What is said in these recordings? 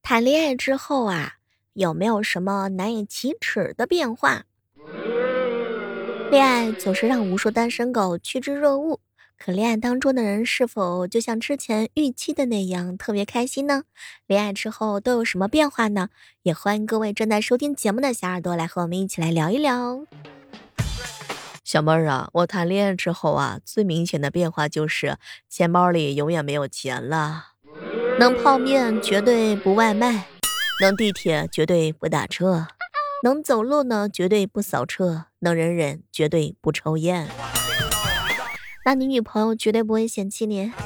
谈恋爱之后啊，有没有什么难以启齿的变化？恋爱总是让无数单身狗趋之若鹜，可恋爱当中的人是否就像之前预期的那样特别开心呢？恋爱之后都有什么变化呢？也欢迎各位正在收听节目的小耳朵来和我们一起来聊一聊。 小妹儿啊，我谈恋爱之后啊，最明显的变化就是钱包里永远没有钱了。 能泡面绝对不外卖， 能地铁绝对不打车， 能走路呢绝对不扫车， 能忍忍绝对不抽烟。 那你女朋友绝对不会嫌弃你。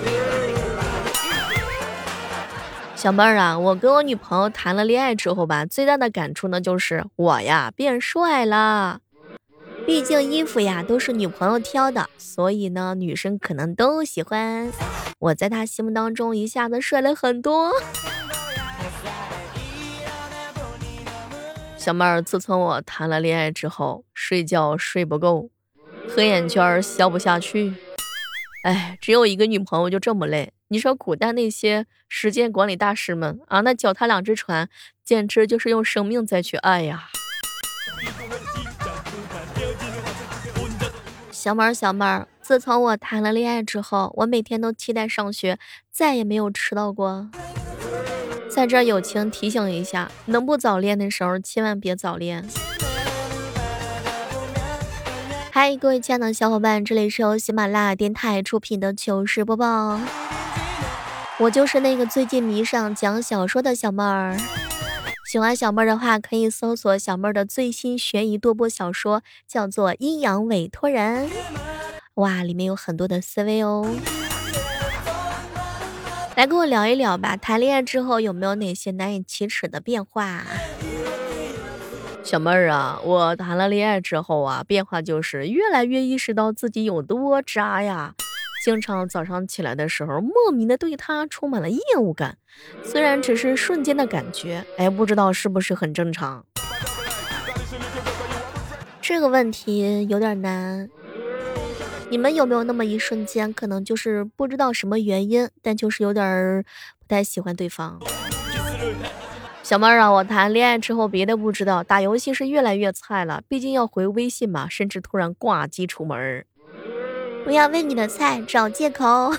小妹儿啊，我跟我女朋友谈了恋爱之后吧，最大的感触呢就是我呀变帅了。 毕竟衣服呀都是女朋友挑的，所以呢女生可能都喜欢。 我在她心目当中一下子帅了很多。小妹儿，自从我谈了恋爱之后，睡觉睡不够，黑眼圈消不下去。哎，只有一个女朋友就这么累。你说古代那些时间管理大师们啊，那脚踏两只船，简直就是用生命在去爱呀。 小妹儿，自从我谈了恋爱之后，我每天都期待上学，再也没有迟到过。在这友情提醒一下，能不早恋的时候千万别早恋。嗨，各位亲爱的小伙伴，这里是由喜马拉雅电台出品的糗事播报，我就是那个最近迷上讲小说的小妹儿。喜欢小妹儿的话，可以搜索小妹儿的最新悬疑多播小说，叫做《阴阳委托人》。哇，里面有很多的思维哦。来跟我聊一聊吧，谈恋爱之后有没有哪些难以启齿的变化？ 小妹儿啊，我谈了恋爱之后啊，变化就是越来越意识到自己有多渣呀。经常早上起来的时候，莫名的对他充满了厌恶感，虽然只是瞬间的感觉，哎，不知道是不是很正常。 这个问题有点难。你们有没有那么一瞬间，可能就是不知道什么原因，但就是有点不太喜欢对方？ 小妹儿啊，我谈恋爱之后别的不知道，打游戏是越来越菜了，毕竟要回微信嘛，甚至突然挂机出门。 不要为你的菜找借口。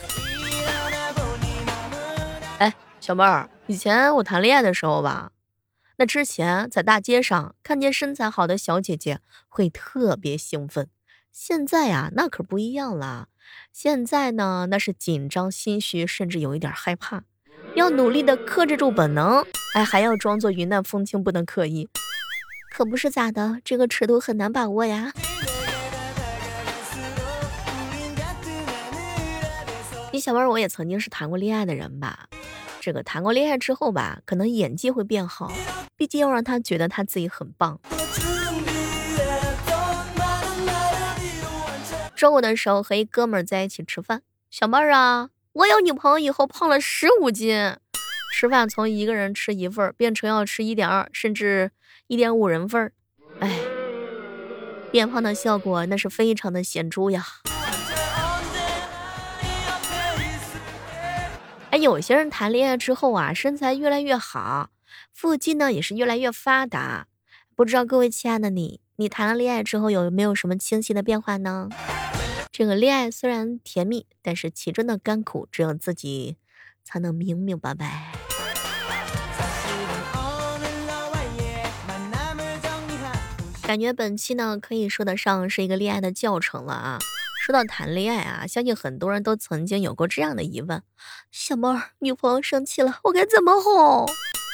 哎，小妹儿，以前我谈恋爱的时候吧，那之前在大街上看见身材好的小姐姐会特别兴奋，现在呀，那可不一样了。现在呢，那是紧张心虚，甚至有一点害怕，要努力的克制住本能，哎，还要装作云淡风轻，不能刻意。 可不是咋的，这个尺度很难把握呀。 你小妹儿，我也曾经是谈过恋爱的人吧。这个谈过恋爱之后吧，可能演技会变好，毕竟要让他觉得他自己很棒。中午的时候和一哥们儿在一起吃饭，小妹儿啊，我有女朋友以后胖了15斤，吃饭从一个人吃一份变成要吃1.2甚至1.5人份。哎，变胖的效果那是非常的显著呀。哎，有些人谈恋爱之后啊，身材越来越好，腹肌呢也是越来越发达。不知道各位亲爱的你谈了恋爱之后有没有什么清晰的变化呢？这个恋爱虽然甜蜜，但是其中的甘苦只有自己才能明明白白。感觉本期呢可以说得上是一个恋爱的教程了啊。说到谈恋爱啊，相信很多人都曾经有过这样的疑问： 小妹儿，女朋友生气了，我该怎么哄？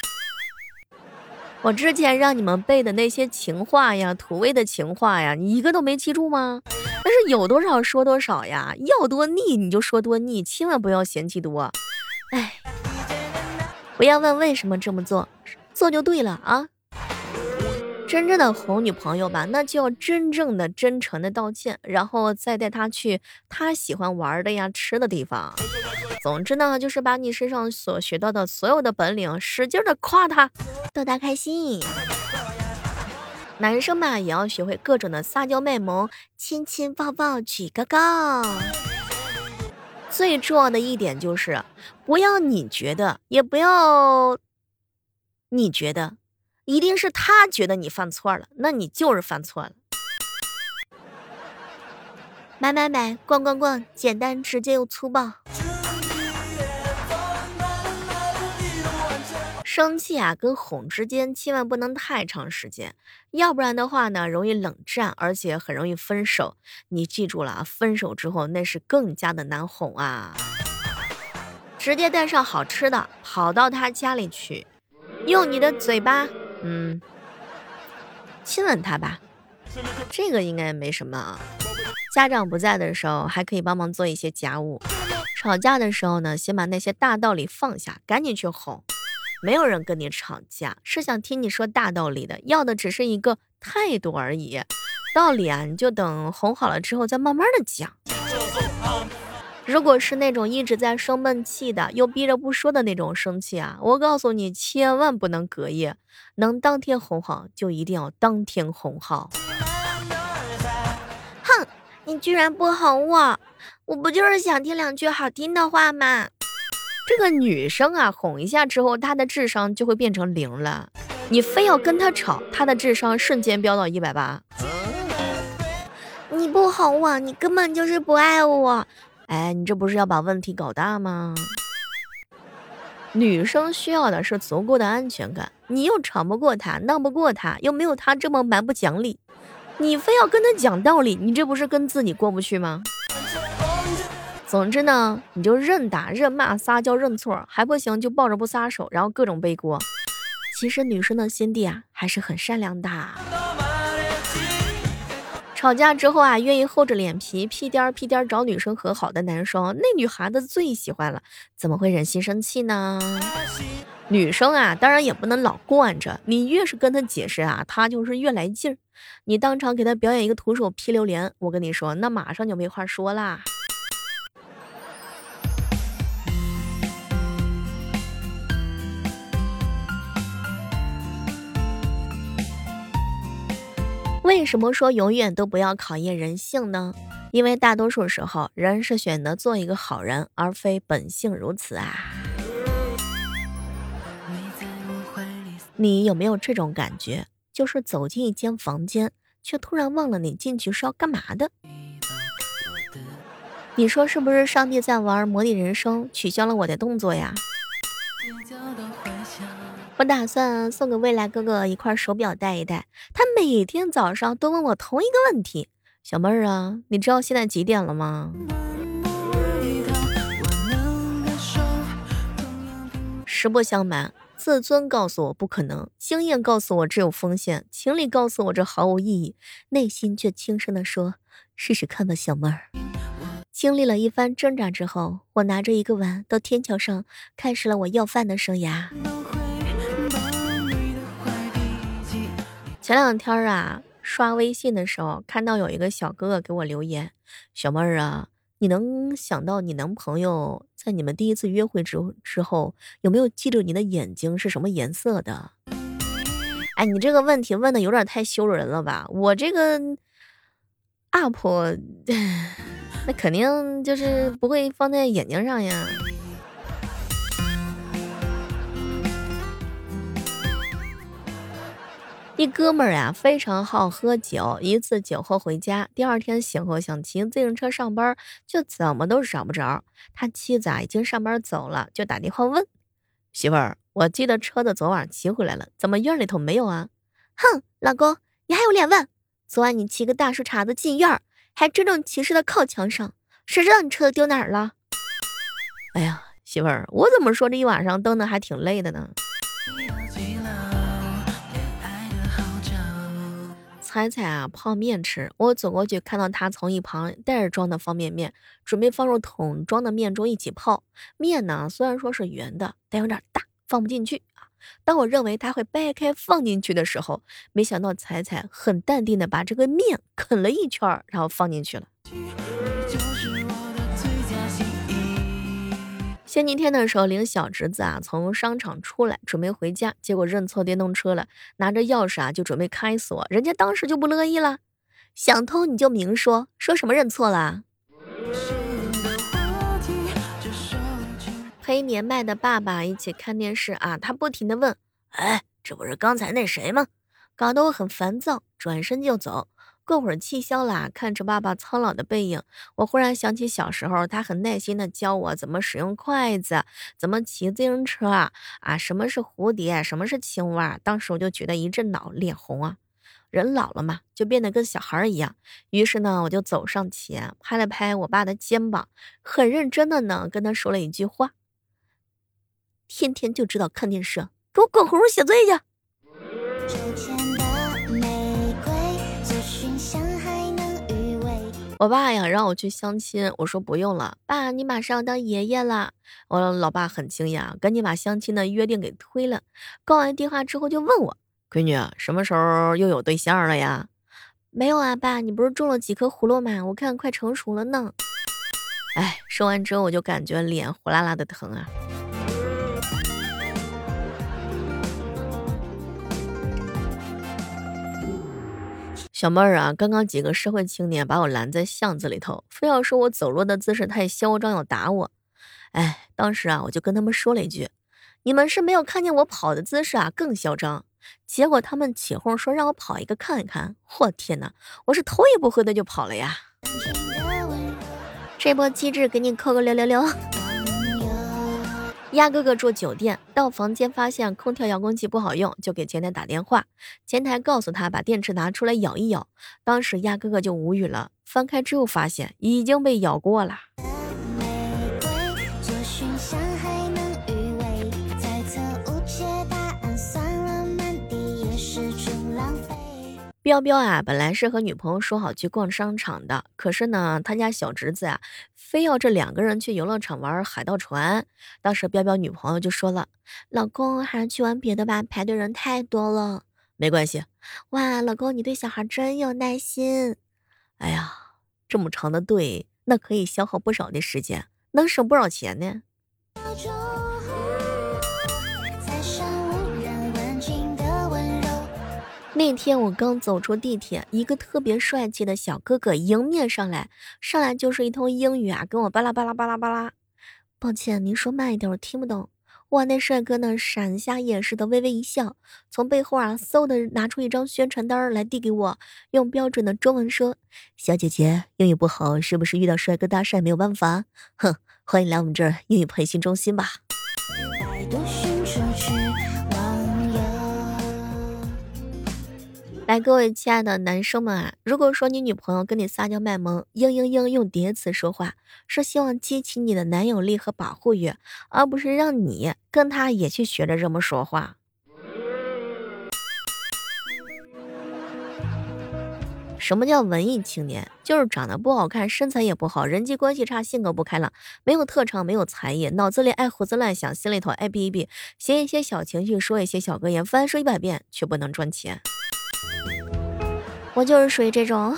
我之前让你们背的那些情话呀，土味的情话呀，你一个都没记住吗？但是有多少说多少呀，要多腻你就说多腻，千万不要嫌弃多。 哎，不要问为什么这么做，做就对了啊。 真正的哄女朋友吧，那就要真正的真诚的道歉，然后再带她去她喜欢玩的呀吃的地方。总之呢，就是把你身上所学到的所有的本领使劲的夸她， 逗她开心。 男生嘛也要学会各种的撒娇卖萌， 亲亲抱抱举高高。 最重要的一点就是不要你觉得，也不要你觉得一定是他觉得你犯错了，那你就是犯错了。 买买买，逛逛逛，简单直接又粗暴。 生气啊跟哄之间千万不能太长时间，要不然的话呢容易冷战，而且很容易分手。你记住了啊，分手之后那是更加的难哄啊。直接带上好吃的跑到他家里去，用你的嘴巴亲吻他吧，这个应该没什么啊。家长不在的时候还可以帮忙做一些家务，吵架的时候呢先把那些大道理放下，赶紧去哄。没有人跟你吵架是想听你说大道理的，要的只是一个态度而已。道理啊你就等哄好了之后再慢慢的讲。如果是那种一直在生闷气的又逼着不说的那种生气啊，我告诉你千万不能隔夜，能当天哄好就一定要当天哄好。 哼，你居然不哄我，我不就是想听两句好听的话吗？ 这个女生啊哄一下之后她的智商就会变成0了，你非要跟她吵，她的智商瞬间飙到180。 你不哄我，你根本就是不爱我。 哎，你这不是要把问题搞大吗？女生需要的是足够的安全感，你又吵不过她，闹不过她，又没有她这么蛮不讲理，你非要跟她讲道理，你这不是跟自己过不去吗？总之呢，你就认打认骂撒娇认错，还不行就抱着不撒手，然后各种背锅。其实女生的心地啊还是很善良的。吵架之后啊，愿意厚着脸皮屁颠儿屁颠儿找女生和好的男生，那女孩子最喜欢了，怎么会忍心生气呢？女生啊，当然也不能老惯着，你越是跟她解释啊，她就是越来劲儿。你当场给她表演一个徒手劈榴莲，我跟你说，那马上就没话说啦。为什么说永远都不要考验人性呢？因为大多数时候人是选择做一个好人，而非本性如此啊。你有没有这种感觉，就是走进一间房间，却突然忘了你进去是要干嘛的？你说是不是上帝在玩模拟人生，取消了我的动作呀？我打算送给未来哥哥一块手表戴一戴，他每天早上都问我同一个问题：小妹儿啊，你知道现在几点了吗？实不相瞒，自尊告诉我不可能，经验告诉我只有风险，情理告诉我这毫无意义，内心却轻声地说：试试看吧，小妹儿。经历了一番挣扎之后，我拿着一个碗到天桥上，开始了我要饭的生涯。前两天啊，刷微信的时候看到有一个小哥哥给我留言：小妹儿啊，你能想到你男朋友在你们第一次约会之后有没有记住你的眼睛是什么颜色的？哎，你这个问题问的有点太羞人了吧，我这个UP 那肯定就是不会放在眼睛上呀。一哥们儿啊，非常好喝酒，一次酒后回家，第二天醒后想骑自行车上班，就怎么都找不着。他妻子啊已经上班走了，就打电话问媳妇儿：我记得车子昨晚骑回来了，怎么院里头没有啊？ 哼，老公，你还有脸问？昨晚你骑个大树茬子进院儿，还郑重其事的靠墙上，谁知道你车子丢哪儿了？ 哎呀，媳妇儿，我怎么说这一晚上蹬的还挺累的呢？彩彩啊，泡面吃，我走过去看到她从一旁带着装的方便面，准备放入桶装的面中一起泡。面呢，虽然说是圆的，但有点大，放不进去啊。当我认为她会掰开放进去的时候，没想到彩彩很淡定的把这个面啃了一圈，然后放进去了。星期天的时候领小侄子啊从商场出来准备回家，结果认错电动车了，拿着钥匙啊就准备开锁，人家当时就不乐意了，想偷你就明说，说什么认错了？陪年迈的爸爸一起看电视啊，他不停地问哎，这不是刚才那谁吗？搞得我很烦躁，转身就走。过会儿气消了，看着爸爸苍老的背影，我忽然想起小时候他很耐心的教我怎么使用筷子，怎么骑自行车什么是蝴蝶，什么是青蛙。当时我就觉得一阵恼，脸红啊。人老了嘛，就变得跟小孩一样。于是呢，我就走上前，拍了拍我爸的肩膀，很认真的呢跟他说了一句话：天天就知道看电视，给我滚红写作业去。我爸呀让我去相亲，我说不用了，爸你马上要当爷爷了。我老爸很惊讶，赶紧把相亲的约定给推了。挂完电话之后就问我，闺女什么时候又有对象了呀？没有啊爸，你不是种了几颗葫芦吗？我看快成熟了呢。哎，说完之后我就感觉脸火辣辣的疼啊。小妹儿啊，刚刚几个社会青年把我拦在巷子里头，非要说我走路的姿势太嚣张，要打我。哎，当时啊，我就跟他们说了一句：“你们是没有看见我跑的姿势啊，更嚣张。”结果他们起哄说让我跑一个看一看。我天哪，我是头也不回的就跑了呀！这波机智给你扣个666。鸭哥哥住酒店，到房间发现空调遥控器不好用，就给前台打电话。前台告诉他把电池拿出来咬一咬。当时鸭哥哥就无语了，翻开之后发现已经被咬过了。彪彪啊，本来是和女朋友说好去逛商场的，可是呢，他家小侄子啊，非要这2个人去游乐场玩海盗船。当时彪彪女朋友就说了：“老公，还是去玩别的吧，排队人太多了。”没关系。哇，老公，你对小孩真有耐心。哎呀，这么长的队，那可以消耗不少的时间，能省不少钱呢。那天我刚走出地铁，一个特别帅气的小哥哥迎面上来就是一通英语啊，跟我巴拉巴拉巴拉巴拉。抱歉，您说慢一点，我听不懂。哇，那帅哥呢，闪瞎眼似的微微一笑，从背后嗖的拿出一张宣传单来递给我，用标准的中文说：“小姐姐，英语不好，是不是遇到帅哥搭讪没有办法？哼，欢迎来我们这儿英语培训中心吧。”来，各位亲爱的男生们啊，如果说你女朋友跟你撒娇卖萌，用叠词说话，是希望激起你的男友力和保护欲，而不是让你跟他也去学着这么说话。什么叫文艺青年？就是长得不好看，身材也不好，人际关系差，性格不开朗，没有特长，没有才艺，脑子里爱胡思乱想，心里头爱逼一逼，写一些小情绪，说一些小格言，翻说100遍，却不能赚钱。我就是属于这种。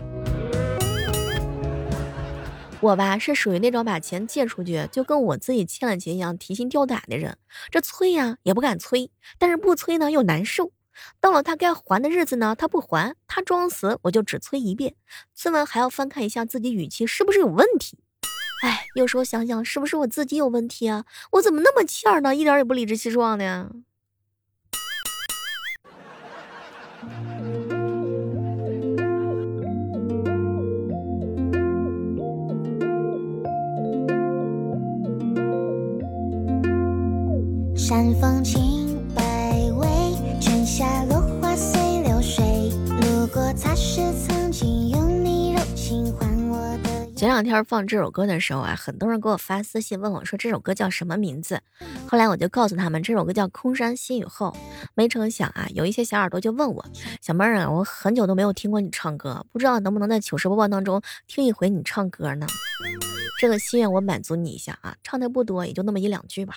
我吧是属于那种把钱借出去就跟我自己欠了钱一样提心吊胆的人，这催呀也不敢催，但是不催呢又难受。到了他该还的日子呢，他不还，他装死，我就只催一遍，催完还要翻看一下自己语气是不是有问题。哎，有时候想想是不是我自己有问题啊？我怎么那么欠儿呢？一点也不理直气壮的呀。 山风轻百味，春夏落花随流水。路过擦拭曾经用你柔情换我的。 前2天放这首歌的时候啊，很多人给我发私信问我说这首歌叫什么名字。后来我就告诉他们这首歌叫《空山新雨后》。没成想啊，有一些小耳朵就问我，小妹儿啊，我很久都没有听过你唱歌，不知道能不能在糗事播报当中听一回你唱歌呢？这个心愿我满足你一下啊，唱的不多，也就那么1-2句吧。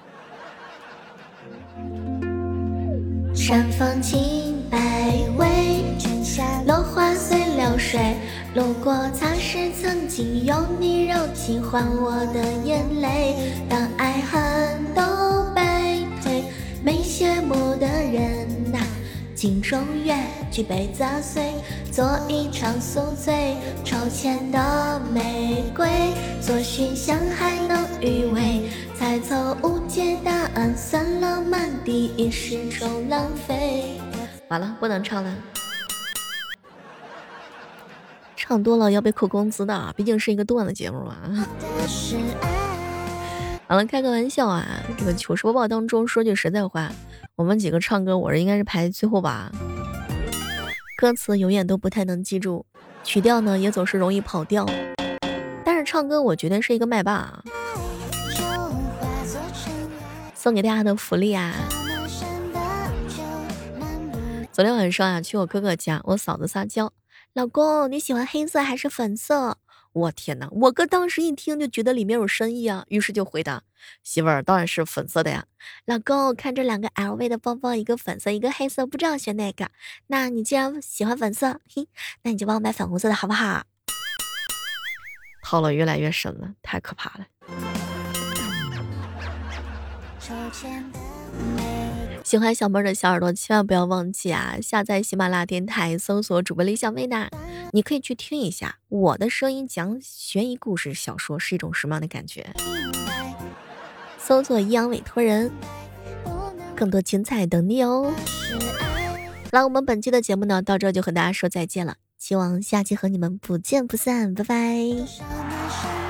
山风轻百味，春夏落花随流水。路过擦拭曾经用你柔情换我的眼泪。当爱恨都败退，没谢幕的人呐，镜中月，举杯砸碎，做一场宿醉。抽签的玫瑰，左寻香还能余味。 猜错误解答案，算了，满地一时种浪费。 完了，不能唱了，唱多了要被扣工资的，毕竟是一个段子节目嘛。好了，开个玩笑啊！这个糗事播报当中，说句实在话，我们几个唱歌，我这应该是排最后吧。歌词永远都不太能记住，曲调呢也总是容易跑调。但是唱歌，我觉得是一个麦霸。送给大家的福利啊！昨天晚上啊，去我哥哥家，我嫂子撒娇，老公你喜欢黑色还是粉色？我天哪！我哥当时一听就觉得里面有深意啊，于是就回答：媳妇儿当然是粉色的呀。老公看这两个 LV 的包包，一个粉色，一个黑色，不知道选哪个。那你既然喜欢粉色，嘿，那你就帮我买粉红色的好不好？套路越来越深了，太可怕了。喜欢小妹儿的小耳朵千万不要忘记啊，下载喜马拉雅电台，搜索主播李小妹呢，你可以去听一下我的声音讲悬疑故事小说是一种什么样的感觉。搜索阴阳委托人，更多精彩等你哦。那我们本期的节目呢，到这就和大家说再见了，希望下期和你们不见不散，拜拜。